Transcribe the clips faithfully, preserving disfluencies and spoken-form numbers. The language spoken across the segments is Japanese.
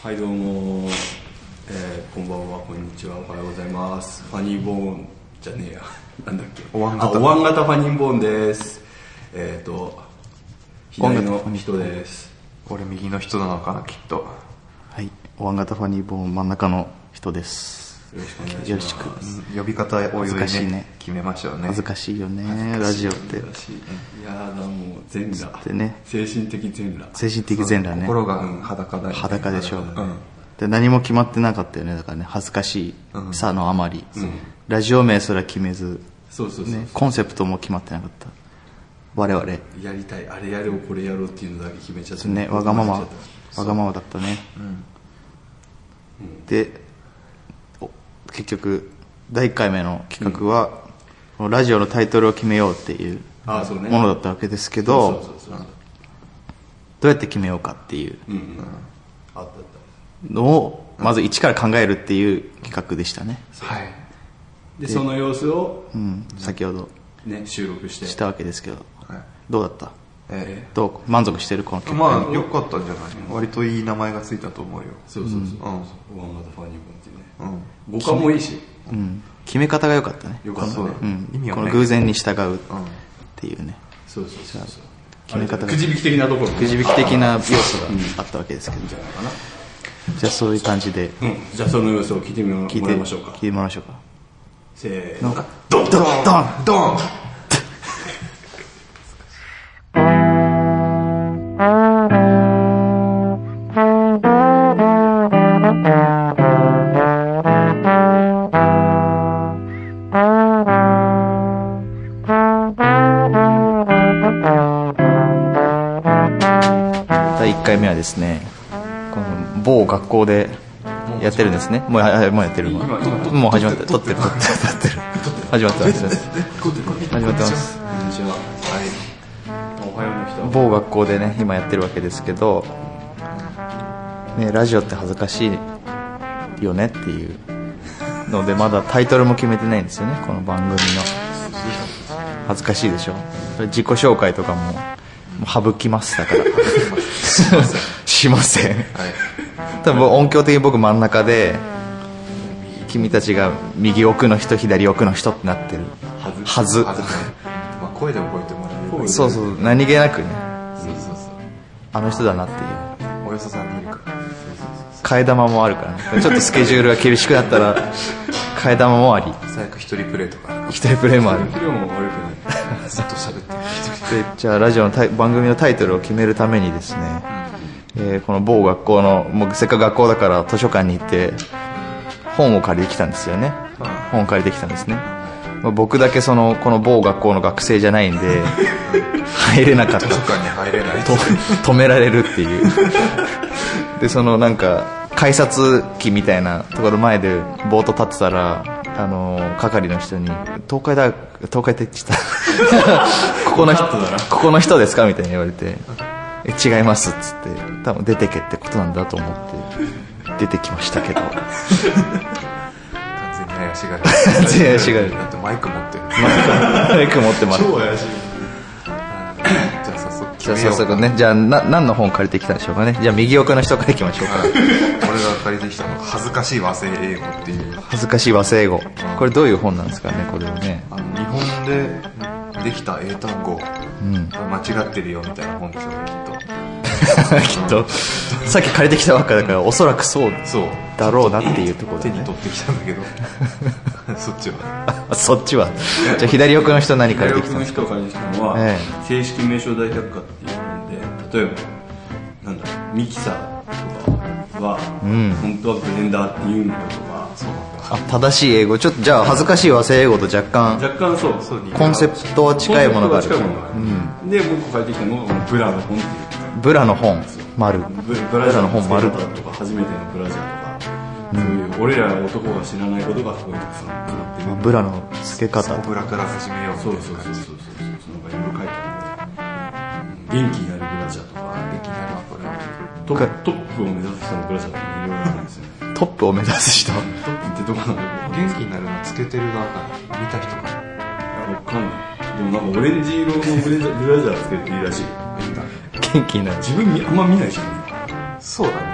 はいどうも、えー、こんばんは、こんにちは、おはようございます。ファニーボーンじゃねえやなんだっけ、 お椀型お椀型ファニーボーンです。えっ、ー、と左の人です。 俺右の人なのかな、きっと。 はい、お椀型ファニーボーン真ん中の人です。 よろしくお願いします。 よろしく。 うん、呼び方おいおいね、ね、決めましょうね。 恥ずかしいよね、ラジオって。 いやだ、もう全裸でね、 精神的全裸。 精神的全裸ね。 心が裸だよ、ね、 裸でしょ、うん、 で何も決まってなかったよね。だからね、恥ずかしいさのあまり、うん、ラジオ名すら決めず、 そうそうそう、 ね、コンセプトも決まってなかった我々。 やりたい、あれやろうこれやろうっていうのだけ決めちゃったね。わがままわがままだったね、うん、で結局だいいっかいめの企画は、うん、このラジオのタイトルを決めようっていうものだったわけですけど、どうやって決めようかっていうのをまず一から考えるっていう企画でしたね。 はい。でその様子を、 うん、先ほど、 ね、収録してしたわけですけど、はい、どうだった？ えー、どう満足してるこの結果？まあ良かったんじゃない、うん、割といい名前がついたと思うよ。 そうそうそう、うん、ワンガタファニーボンっていうね、うん、語感もいいし、 うん、決め方が良かったね。 良かったね、 うん、意味はね、この偶然に従うっていうね、うん、そうそうそうそう、決め方がくじ引き的なところ、くじ引き的な要素があったわけですけど、じゃあじゃあそういう感じで、 うん、じゃあその様子を聞いてもらいましょうか。 聞いてもらいましょうか。 せーの、 ドンドンドンドン。 だいいっかいめはですね、この某学校でやってるんですね。もうやってる、もう始まってる、撮ってる撮ってる撮ってる始まってます始まってます。 こんにちは。はい、おはようの人。 某学校でね今やってるわけですけど、ね、ラジオって恥ずかしいよねっていうので、まだタイトルも決めてないんですよね、この番組の。恥ずかしいでしょ。自己紹介とかも省きますだからしません、はい、多分音響的に僕真ん中で、君たちが右奥の人左奥の人ってなってるはず、はず、 まあ、声で覚えてもらえる。 そうそう、何気なくね、 そうそうそう、 あの人だなっていう。 およそさんにんいるから、 替え玉もあるからね、ちょっとスケジュールが厳しくなったら替え玉もあり、 最悪一人プレイとか一人プレイもある。 一人も悪くないずっと喋ってるで、じゃあラジオのタイ番組のタイトルを決めるためにですね、うん、えー、この某学校の、もうせっかく学校だから図書館に行って本を借りてきたんですよね、うん、本を借りてきたんですね、まあ、僕だけそのこの某学校の学生じゃないんで入れなかった。 図書館に入れないと止められるっていうで、そのなんか改札機みたいなところ前でぼーっと立ってたら、あのー、係の人に東海大東海って言ってたここの人ここの人ですかみたいに言われて、え違いますっつって、多分出てけってことなんだと思って出てきましたけど完全に怪しがる完全に怪しがる。 だってマイク持ってるマイク持ってます。 超怪しいじゃあ早速じゃあ早速ね、じゃあな何の本借りてきたんでしょうかね。じゃあ右奥の人からいきましょうか。 俺が借りてきたのが恥ずかしい和製英語っていう。 恥ずかしい和製英語、これどういう本なんですかね、これはね。 あの日本でできた英単語、うん、間違ってるよみたいな本ですよね、きっときっとさっき借りてきたばっかだから、おそらくそうだろうなっていうところで、ね、 手に取ってきたんだけどそっちはそっちはじゃあ左奥の人何借りてきたんですか。 左奥の人が借りてきたのは、ええ、正式名称大百科っていう本で、例えばなんだミキサーとかは、うん、本当はブレンダーっていうのだとか、そうあ正しい英語、ちょっとじゃあ恥ずかしい和製英語と若干若干そうそうコンセプトは近いものがある。 うん、で僕借りてきたのがブラの本っていうブラの本丸ブラジャーの本丸とか初めてのブラジャーとか、うん、そういう俺ら男が知らないことがすごいたくさん載ってる。 ブラの付け方、 ブラから始めよう。 そうそうそうそうそうそう、そのいろいろ書いてあるんで、元気になるブラジャーとか、元気になるわこれはトップを目指す人のブラジャーとかいろいろあるんですよね。 トップを目指す人、 トップってどこなんだろう。 元気になるのつけてる側かな、見た人かな。 わかんない。でもなんかオレンジ色のブラジャーつけていいらしい。 元気になる。 自分あんま見ないじゃん。 そうだね。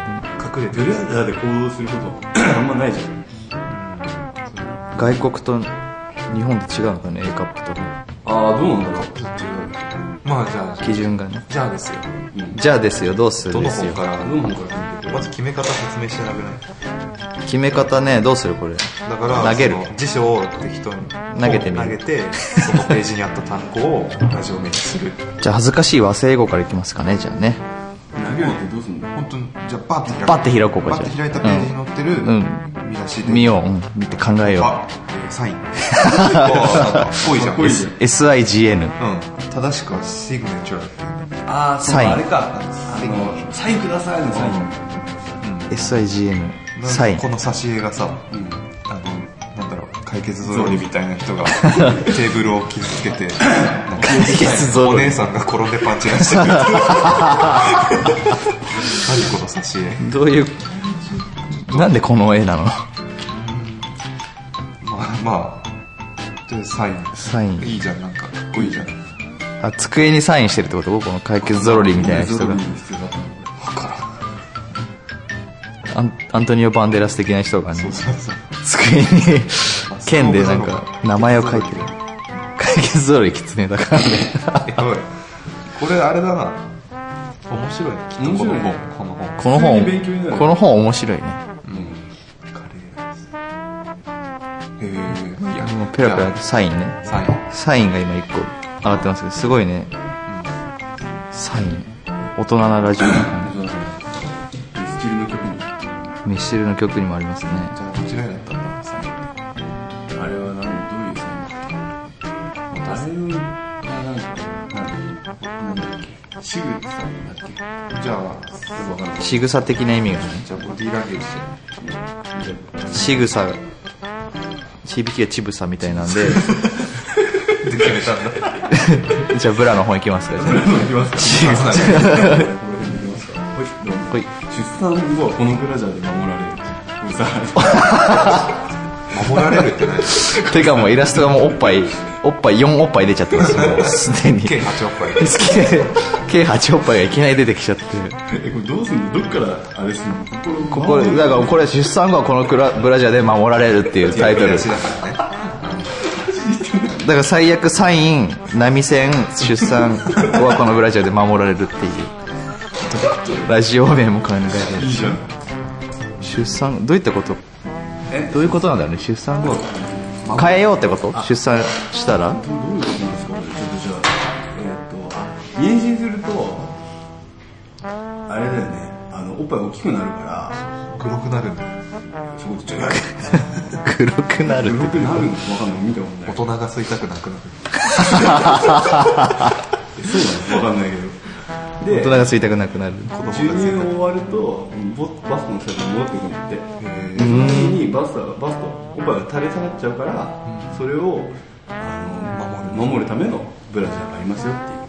隠れてるブラジャーで行動することあんまないじゃん。 外国と日本で違うのかね、A カップとああ、どうなんだろう。 まあじゃあ基準がね。 じゃあですよ、 じゃあですよ、どうするどのですよ。 本からどの本から聞いてる。 まず決め方説明してなくない？ 決め方ね、どうするこれ。 だから投げるその辞書を適当に投げてみる投げて、そのページにあった単語をラジオ名にする。 じゃあ恥ずかしい和製英語からいきますかね、じゃあね。 投げるってどうすんの？ 本当にじゃあバッて開くバッて開こうか、 バッて開いたページに載ってるうん見出しで見よう、うん、見て考えよあ、えーサインかっこいいじゃん。 かっこいいじゃん。 う。エスアイジーエヌ。 うん、正しくはシグネチュアっていうああ、そうサインあれか。あの、サインくださいのサイン。 エスアイジーエヌ。サイン。 この挿絵がさ、 うんあのなんだろう、解決ぞろりみたいな人がテーブルを傷つけてなんか解決ぞろりお姉さんが転んでパンチ出してる何この挿絵。 どういう、なんでこの絵なの？ まあまあでサインサイン。 いいじゃん、なんかかっこいいじゃん。 あ、机にサインしてるってこと？この解決ぞろりみたいな人が。アン, アントニオ・バンデラス的な人がね、 そうそうそう、 机に剣でなんか名前を書いてる。解決ぞろり狐だからね。 やばい、これあれだな、面白いね、きっとこの本、この本この本、 普通に勉強になるこの本面白いね。 うん、カレーです。へえ、いやもうペラペラとサインね。 サイン、 サインが今いっこ上がってますけど、すごいね。サイン。大人なラジオな感ミスチルの曲に。 じ。ミスチルの曲にもありますね。 じゃあ間違いだったんだ、サイン。 あれは何、どういうサインだっけ？あれはなんか、なんだっけ？シグさんだっけ？ じゃあよくわかんない。 仕草的な意味がね。 じゃあボディーランゲージで仕草、響きがちぶさみたいなんで。 で決めたんだ。 じゃあブラの本いきますか。じゃあいきますか。 仕草。 これでいきますか。はい、どうも。 はい。 出産後はこのブラジャーで守られる。これさ、 守られるって何？ てかもうイラストがもうおっぱい、おっぱいよんおっぱい出ちゃってます。もうすでに。 計はちおっぱい。 計はちおっぱいがいきなり出てきちゃって。 え、これどうすんの？どっからあれすんの？ ここ、だからこれ出産後はこのクラブラジャーで守られるっていうタイトル。 だからね。 だから最悪サイン、波線、出産後はこのブラジャーで守られるっていう。ラジオ名も考える。 いいじゃん。 出産、どういったことえどういうことなんだろうね、出産後。変えようってこと出産したらどういうことですか？ちょっとじゃあ、えーっと、妊娠すると、あれだよね、あの、おっぱい大きくなるから、 黒くなるんだ。 そういうことじゃない。 黒くなるって。 黒くなるのかわかんない。見たことない。 大人が吸いたくなくなる。 そうなのわかんないけど。 大人が吸いたくなくなる。 授乳終わるとボバストのサイズに戻ってくるんだって。 へその時にバストバストおっぱいが垂れ下がっちゃうから、それをあの守る守るためのブラジャーがありますよっていう。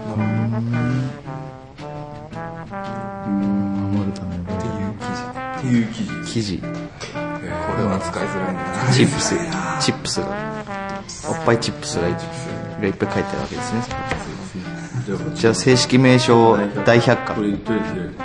守るためのっていう記事。 記事。 これは使いづらいな。 チップス、チップスが、おっぱいチップスがいっぱい書いてあるわけですね。じゃあ正式名称大百科。 これとりあえず開いて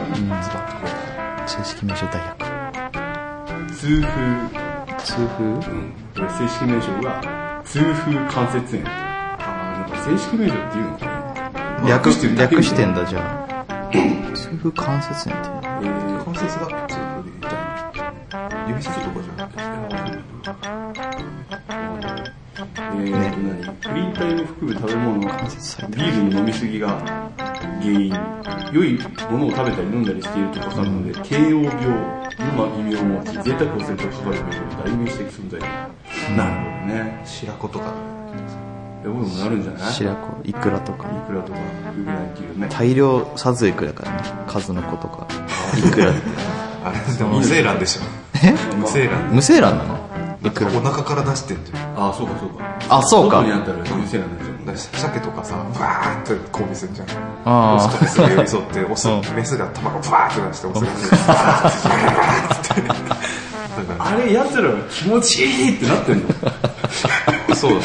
正式名称大百科。 痛風。 痛風？ うん。これ正式名称が痛風関節炎。あ、なんか正式名称っていうのかな。 略略してるだけ略してんだじゃあ。痛風関節炎って。 えー関節が痛風で痛い。指先とかじゃなくて。 えーと何プリン体を含む食べ物、ビ節ールの飲みすぎが原因、良いものを食べたり飲んだりしているとかかるので、慶応病のま異名を持ち、贅沢をするとかかる病気で代名詞的存在だ。なるほどね。 白子とか。 え、僕もなるんじゃない？ 白子、イクラとか。 イクラとか、ウグナイっていうね。 大量殺戮だからね。数の子とか。イクラって。 あれでも無精卵でしょ。 え無精卵。 無精卵なのイクラ。 お腹から出してんじゃん。 あ、そうかそうか。 あ、そうか。 外にあったら有精卵になっちゃうもんね。 鮭とかさ、バーッと交尾するじゃん。 あオスとメスが寄り添って、オス、メスが卵バーッと出して、オスがバーッて。だからあれ、奴らが気持ちいいってなってんの？ そうだね。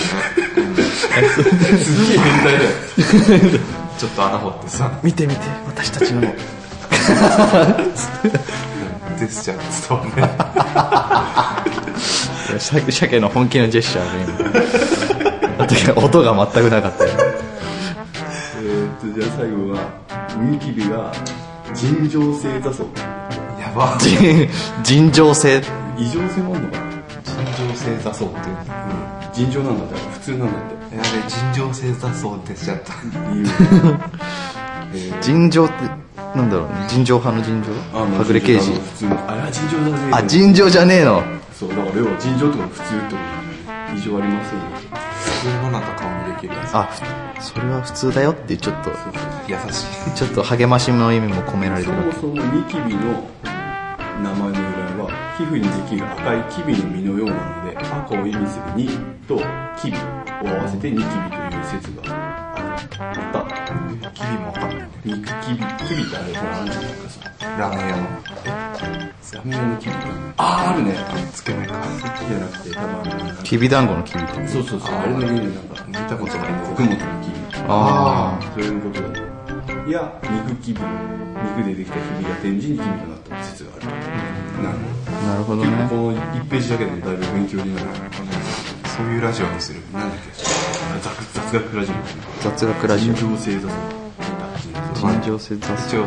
すげえ変態だよ。 ちょっと穴掘ってさ。 見て見て、私たちのジェスチャー伝わんね。 鮭の本気のジェスチャーで今音が全くなかったよ。 えーっとじゃあ最後はニキビが尋常性だそう。 やば。 尋常性異常性もあるのかな。 尋常性だそうっていう、うん、 尋常なんだって普通なんだって。 やべ、尋常性だそうってしちゃった理由えー、 尋常ってなんだろうね。尋常派の尋常はぐれ刑事。 普通のあれは尋常じゃねえ。 あ、尋常じゃねえの。 そうだから要は尋常とか普通ってこと異常ありませんよ。 普通のなんか顔にできるやつ。 あ、それは普通だよっていうちょっと優しいちょっと励ましの意味も込められてる。 そもそもニキビの名前の由来は皮膚にできる赤いキビの実のようなので、赤を意味するニとキビを合わせてニキビという説がある。またキビもわかんないね。 肉キビ、キビってあれほらあるじゃないかさ。 ラーメン屋のラーメン屋のキビ。あーあるね。 つけ麺か。 じゃなくて多分きびだんごのきびって。 そうそうそう。あれの上になんか見たことない。 穀物のキビ。 ああ。 それのことだ。いや肉キビ。肉でできたひびが展示にキビとなった説がある。なるほど。 なるほどね。 このいちページだけでもだいぶ勉強になる。 そういうラジオにする。 なんだっけ。雑学ラジオ。 雑学ラジオ。 尋常性だぞ。 尋常性雑一応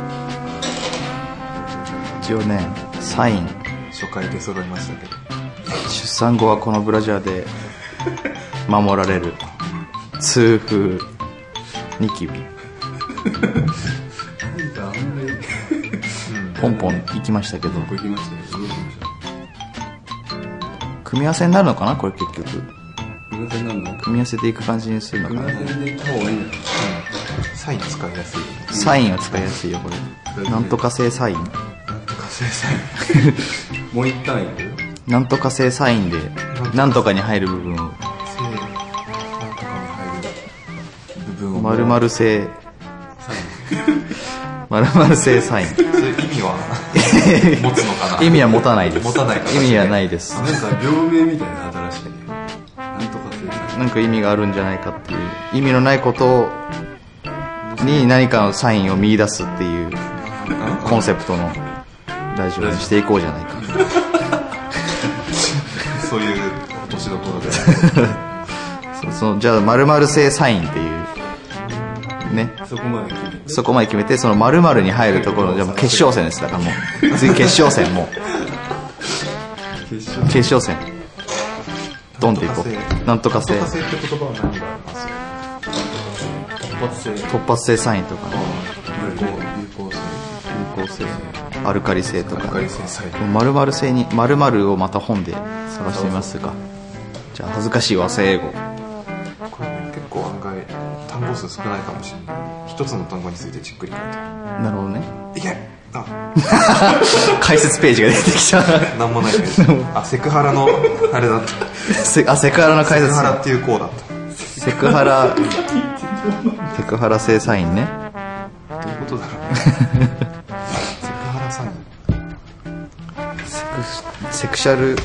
一応ね、サイン初回で揃いましたけど、 出産後はこのブラジャーで守られる痛風ニキビ。ポンポン行きましたけど、 行きましたよ。どうしました？ 組み合わせになるのかなこれ結局。 組み合わせになるの？ 組み合わせていく感じにするのかな。 組み合わせで行った方がいいんだよ。 サイン使いやすい。 サインは使いやすいよこれ。なんとか製サイン。 なんとか製サイン。 もう一単位で。 なんとか製サインでなんとかに入る部分を。 なんとかに入る部分を。 丸々製。丸々製サイン。 それ意味は持つのかな。 意味は持たないです。 持たないかもしれない。 意味はないです。 なんか病名みたいな新しいね。なんとか製サイン。 なんか意味があるんじゃないかっていう意味のないことに何かのサインを見出すっていうコンセプトのラジオにしていこうじゃないか。 そういう落としどころで。 そそのじゃあ〇〇製サインっていうね。 そこまで決めて。 そこまで決めてその〇〇に入るところのじゃあもう決勝戦です。だからもう次決勝戦もう決勝戦ドンっていこう。なんとか製。 なんとか製って言葉は何があります？ 突発性。 突発性サインとかね。 有効性。 有効性。アルカリ性とか。 アルカリ性サイン。 〇〇性に〇〇をまた本で探してみますが。じゃあ恥ずかしい和製英語。 これね、結構案外単語数少ないかもしれない。一つの単語についてじっくり書いてあなるほどね。 る。いけあ解説ページが出てきた。 なんもないけど。あ、セクハラのあれだった。 セあセクハラの解説。 セクハラっていう項だった。 セクハラセクハラ製サインね。 どういうことだろうね。セクハラサイン。 セクセクシャル。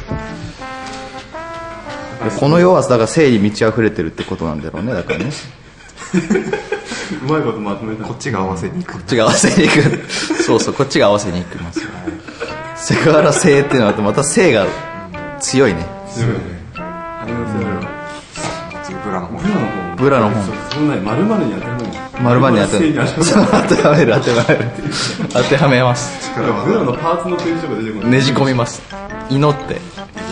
この世はだから性に満ち溢れてるってことなんだろうね。だからね。 うまいことまとめた。 こっちが合わせに行く。 こっちが合わせに行く。そうそう、こっちが合わせに行きますよ。セクハラ性っていうのはまた性が強いね。 強いね。ありますよ。 次ブラの方。 ブラの本。 そんなに丸々に当てはめる。 丸々に当てはめる。当てはめる、当てはめる。当てはめます。 ブラのパーツのページとか出てこない。 ねじ込みます。祈って。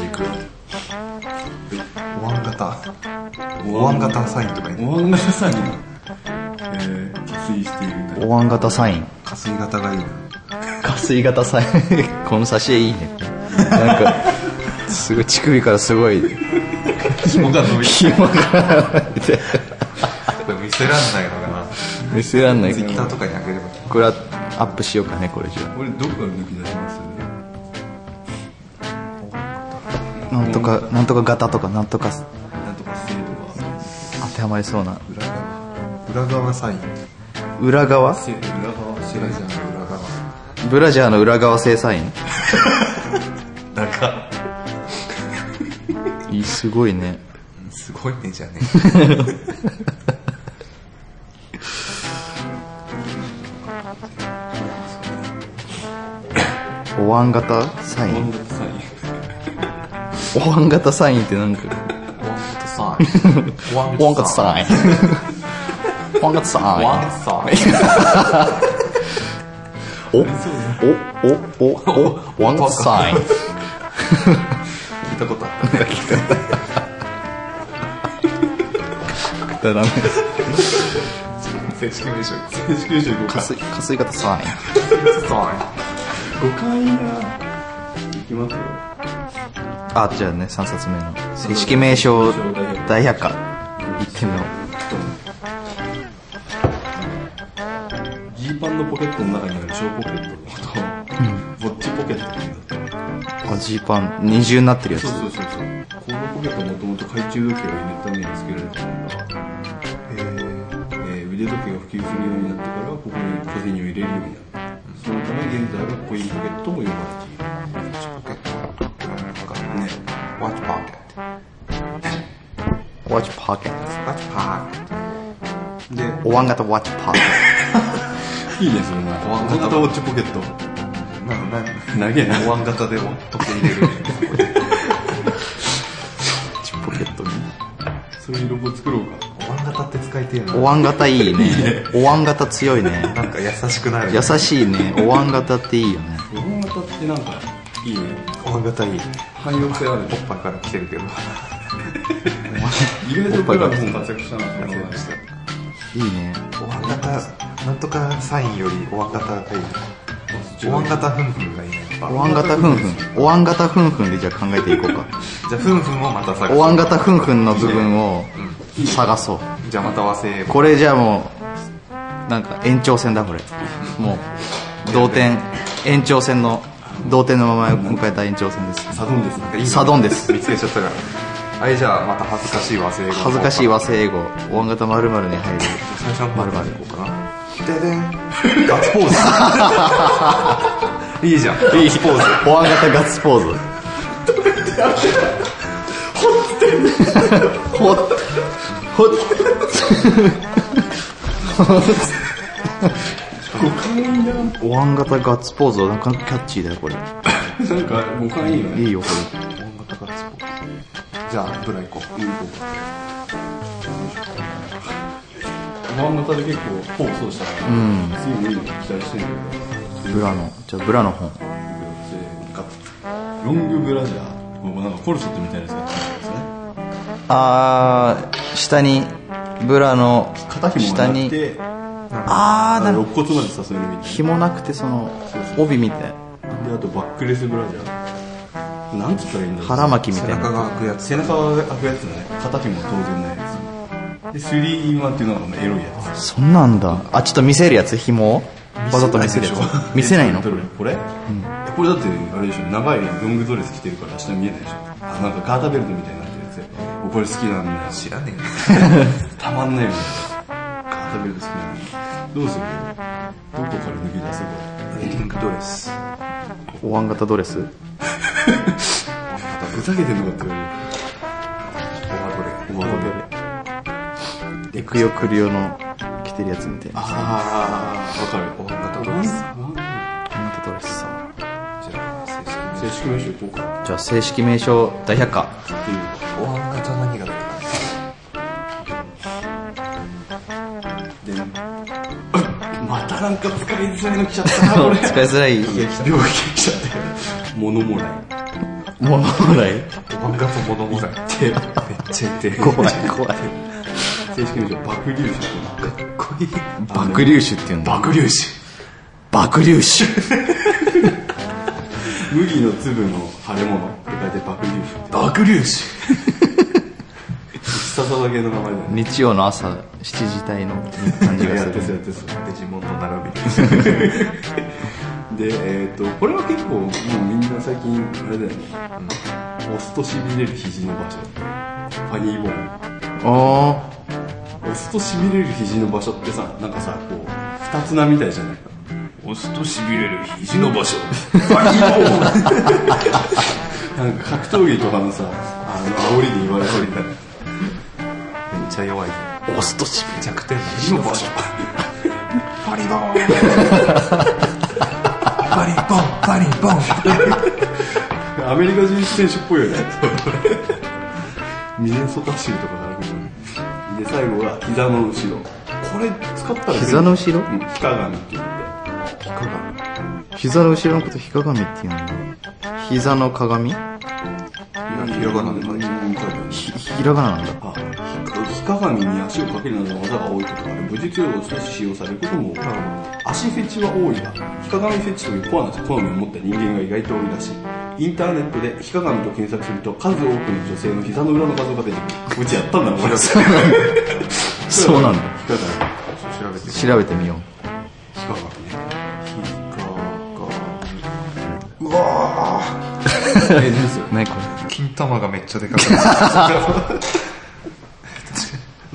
お椀型。お椀型サインとかに。 お椀型サイン。えー、加水している。 お椀型サイン。 加水型がいいな。 加水型サイン。この挿絵いいね。なんか、すごい、乳首からすごい。 紐が伸びて。 紐が伸びて。 これ見せらんないのかな。 見せらんないツイッターとかにあげれば。 これはアップしようかね、これじゃあ。 これどこから抜き出します？ なんとか、なんとか型とか、なんとか、 なんとか性とか。 当てはまりそうな。 裏側。裏側サイン。 裏側？ 性、裏側性。 ブラジャーの裏側。 ブラジャーの裏側製サイン。 中。 いい、すごいね。 すごいねじゃね。 お椀型サイン。 お椀型サイン。 お椀型サインってなんか。 お椀型サイン。 お椀型サイン。お椀型サイン。 お椀型サイン。 お、お、お、お、お、お椀型サイン。 聞いたことあった。 くだらない。 正式名称。 正式名称ごかい。 かすい、かすい型サイン。 ごかいな。いきますよ。 あ、じゃあね、さんさつめの正式名称大百科いってみよう。ジーパンのポケットの中にある小ポケットのことを、ぼっちポケットって言うんだった。 う。ジーパン二重になってるやつ。 そうそうそうそう。このポケットはもともと懐中時計を入れるために作られたものだ。えー、腕時計が普及するようになってからここに小銭を入れるようになった。そのため現在はコインポケットも呼ばれている。 ポケットなんかね、ワッチポケット。 ウォッチポケッワッチポケット。で、 ト。お椀型ウォッチポケッいいね、それな。 お椀型お椀型ウォッチポケット。 な、な、 長えな。 お椀型で時計入れる。 ト。ポケットに。 そういうロゴ作ろうか。 お椀型って使いてえな。 お椀型いいね。お椀型強いね。 なんか優しくなる。 優しいね。お椀型っていいよね。 お椀型ってなんかいいね。 お椀型いい。 汎用性あるね。 おっぱいから来てるけど。 意外と僕らの本活躍したな、その話で。 いいね。 お椀型、なんとかサインよりお椀型がいい。お椀型ふんふんがいいね。 お椀型ふんふん。お椀型ふんふんでじゃあ考えていこうか。 じゃあふんふんをまた探お椀型ふんふんの部分を探そう。 じゃあまた和製。 これじゃあもう、なんか延長戦だこれ。もう、同点、延長戦の、同点のまま迎えた延長戦です。 サドンですね。 サドンです。 見つけちゃったから。はい、じゃあまた恥ずかしい和製英語。 恥ずかしい和製英語。お椀型〇〇に入る。 最初の〇〇いこうかな。ででん。ガッツポーズ。いいじゃん。 いいポーズ。お椀型ガッツポーズ。ほっ、ほっ、お椀型ガッツポーズはなんかキャッチーだよこれ。 なんかごかいいいよね。 いいよこお椀型ガッツポーズ。じゃあブラ行こう。 うん、こうか。お椀型で結構フォーそうしたから、うん、次もいいの期待してるんだけれ。ブラの、じゃあブラの本。 ロングブラジャー。こうなんかコルセットみたいなやつがついてるんですね。 あー、下に、ブラの、 肩紐がなくて、 あー、なる肋骨までさせるみたいな。 紐なくてその、帯みたいな。 で、あとバックレスブラジャー。なんつったらいいんだろう。 腹巻きみたいな。 背中が開くやつ。 背中が開くやつだね。肩紐当然ないやつ。で、スリーインワンっていうのがエロいやつ。 そんなんだ。あ、ちょっと見せるやつ紐をわざと見せるやつ見せないの？ これ、うん、これだってあれでしょ、長いロングドレス着てるから下見えないでしょ。あ、なんかガータベルトみたいになってるやつで、これ好きなんだよ。 知らねえよ。 たまんないよね。ガータベルト好きなんだよ。どうする？どこから抜き出せばウェディングドレス。 お椀型ドレス？ ふざけてんのかって言われる。 おわどれ。 おわどれ。 行くよ来るよの着てるやつみたいな。 あー、わかる。 お椀型ドレス。 お椀型ドレスさ。 じゃあ正式名称いこうか。 じゃあ正式名称大百科。 っていう。 お椀型何が出るか。 で、またなんか使いづらいの来ちゃったな、これ。 使いづらい。 領域来ちゃったよ。物もらい。 物もらい？ お椀型物もらい。 めっちゃ言って。 怖い怖い。 正式名称、爆粒子ってかっこいい。 爆粒子って言うんだ。 爆粒子。 爆粒子。 麦の粒の腫れ物って書いて爆粒子。 爆粒子。 必殺技系の名前だよね。 日曜の朝しちじ台の感じがする。 やってそうやってそう。 デジモンの並び。 で、えっと、これは結構もうみんな最近あれだよね。押すと痺れる肘の場所。ファニーボーン。 あ押すと痺れる肘の場所ってさ、なんかさ、こう、二つ名みたいじゃないか。押すと痺れる肘の場所。ファニーボーンなんか格闘技とかのさ、あの、煽りで言われそうみたいな。 めっちゃ弱い。 押すとしび弱点の肘の場所。 ファリボーンファリボーンファァニーボンアメリカ人選手っぽいよね。ミネソタ州とかがあるけどね。で、最後が膝の後ろ。これ使ったら膝の後ろ、 うん、ひかがみって言って。ひかがみ。 膝の後ろのことひかがみって言うんだ。膝の鏡？ いや、ひらがなで書いてる。 ひ、ひらがななんだ。 あ、ひかがみに足をかけるなどの技が多いことから、武術用語として使用されることも多い。足フェチは多いが、ひかがみフェチというコアな好みを持った人間が意外と多いらしい。インターネットでひかがみと検索すると、数多くの女性の膝の裏の画像が出てくる。うちやったんだな、これ。 そうなんだ。そうなんだ。 ひかがみ。 調べて調べてみよう。 ひかがみね。ひかがみ。 うわーえ、何ですよ。 何これ。 金玉がめっちゃでかかった。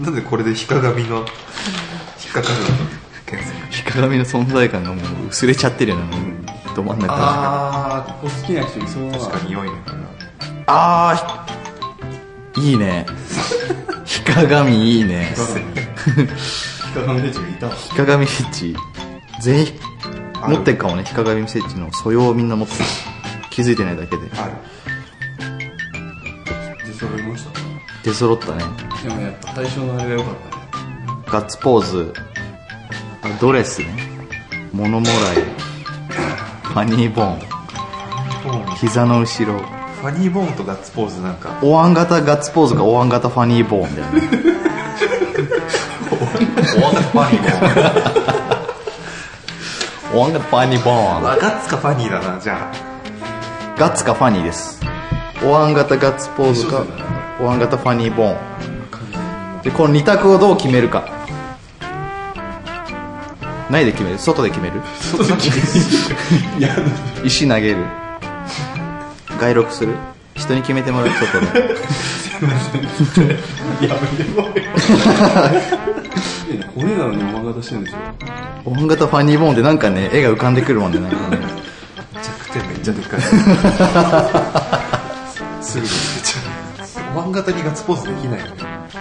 なんでこれでひかがみの引っかかるの検索。 ひかがみの存在感がもう薄れちゃってるよね、もうど真ん中。 あー、ここ好きな人いそうな。 確かに良いね。 あー、いいね。ひかがみいいね。 ひかがみフェチがいたわ。 ひかがみフェチ全員持ってるかもね。ひかがみフェチの素養をみんな持ってる。気づいてないだけで。 ある。 出揃いました。 出揃ったね。 でもやっぱ最初のあれが良かったね。 ガッツポーズ、あ、ドレスね、モノモライ、ファニーボーン、膝の後ろ。 ファニーボーンとガッツポーズなんか。 お椀型ガッツポーズかお椀型ファニーボーンだよね。 お椀型ファニーボーン。 お椀型ファニーボーン。 ガッツかファニーだな、じゃあ。 ガッツかファニーです。お椀型ガッツポーズかお椀型ファニーボーンで、このに択をどう決めるか。何で決める？外で決める？ 外で決める。 石投げる？外録する？人に決めてもらう？外で。 やめてもらえ。俺なのにお椀型してるんですよ。 お椀型ファニーボーンってなんかね、絵が浮かんでくるもんね、なんかね。 弱点めっちゃでかい。すぐ見つけちゃう。お椀型にガッツポーズできないよね。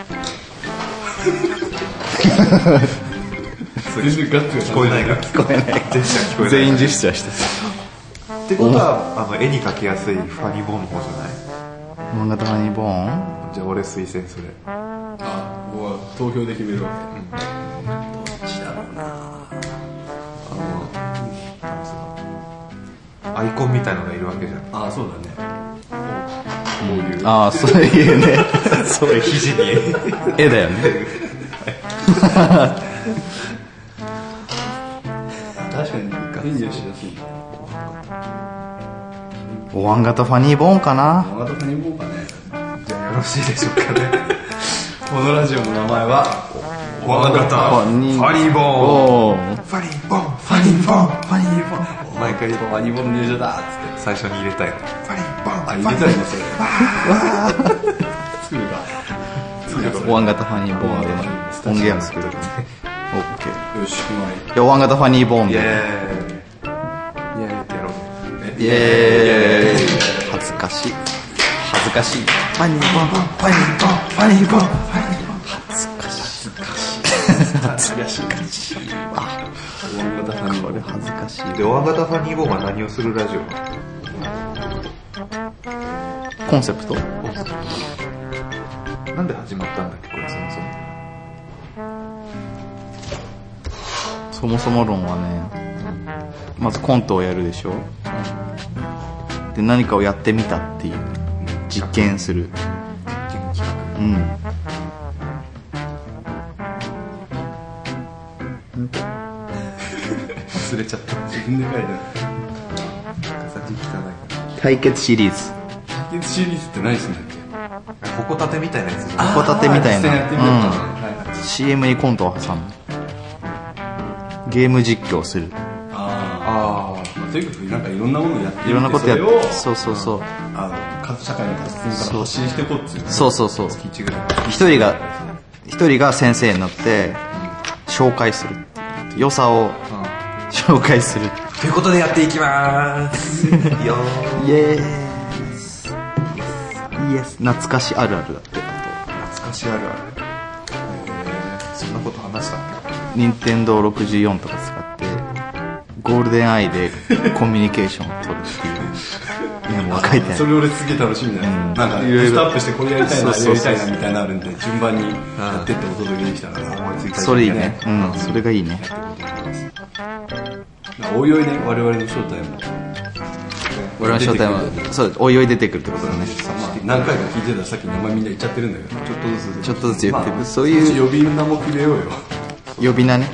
全然ガッツが聞こえないから。 聞こえない。 ジェスチャー聞こえない。 全員ジェスチャーしてってことは、あの、絵に描きやすいファニーボーンの方じゃない？ お椀型ファニーボーン？ じゃあ俺推薦それ。 あ、ここは投票で決めるわけ。どっちだろうな。 アイコンみたいのがいるわけじゃん。 ああ、そうだね。こういう。 ああ、そういうね。 そういう肘に絵だよね。 確かに絵にはしやすい。 お椀型ファニーボーンかな。 お椀型ファニーボーンかね。 じゃあよろしいでしょうかね。 このラジオの名前はお椀型ファニーファニーボーン。 おーファニーボーン。ファニーボーン。ファニーボーン。毎回ファニーボーンの入場だっつって最初に入れたい。ファニーボーン。 あ、入れたいのそれ。作るか。作るか。 お椀型ファニーボーンで音源を作る。オッケー。 よし、うまい。 じゃあお椀型ファニーボーンで。 イエーイ。イエーイってやろう。 イエーイ。恥ずかしい。恥ずかしい。 ファニーボーン。ファニーボーン。ファニーボーン。 恥ずかしい。 恥ずかしい。あ、お椀型ファニーボーン。 これ恥ずかしい。 で、お椀型ファニーボーンは何をするラジオ？ コンセプト？ なんで始まったんだっけ、これそもそも。 そもそも論はね、まずコントをやるでしょ。で、何かをやってみたっていう実験する。うん。 忘れちゃった。 自分で書いてある。 形汚いから。 対決シリーズ。 対決シリーズって何するんだっけ？ ホコタテみたいなやつじゃん。 ホコタテみたい実際やってみようかな。 な。 はいはい。 うん。シーエム にコントを挟む。ゲーム実況する。 ああ、まあ、とにかくなんかいろんなものをやってみて、 いろんなことやって。 それをそうそうそう。 あの社会の活動から発信していこうっていう。 そうそうそう。 月いちぐらい。 一人が、一人が先生になって、紹介する。良さを紹介する。 ということでやっていきまーす。よー。 イエース。イエス。懐かしあるあるだって。あ懐かしあるある。えー、そんなこと話したっと、ニンテンドーろくじゅうよんとか使って、ゴゴールデンアイでコミュニケーションを取るっていうメモが書いてある。 それ俺すげえ楽しみだね、うん、なんかスタップしてこれやりたいな、あれやりたいなみたいなのあるんで、順番にやってってお届けできたら思いついた。 それいいね、うん、それがいいね。 おいおいね、我々の正体も我々の正体もそうおいおい出てくるってことだね。 何回か聞いてたらさっき名前みんな言っちゃってるんだけど、ちょっとずつちょっとずつ言ってる、 まあ、 そういう呼び名も決めようよ。 呼び名ね、 うん、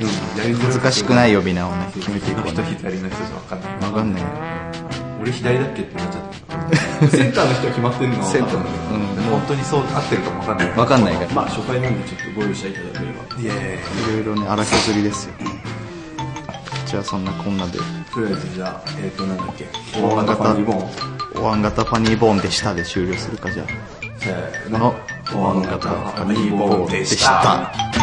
恥ずかしくない呼び名をね決めていこうね。 人左の人じゃ分かんない分かんない。 俺左だっけってなっちゃったセンターの人は決まってんのはセンターの、 うん、本当にそう合ってるかも分かんない分かんないから、 まあ初回なんでちょっとご容赦いただければ。 いやいやいろいろね荒削りですよ。じゃあそんなこんなでとりあえずじゃあえっ、ー、となんだっけ、大型ファニーボーンおわん型ファニーボーンでしたで終了するか。じゃあせーの、 おわん型ファニーボーンでした。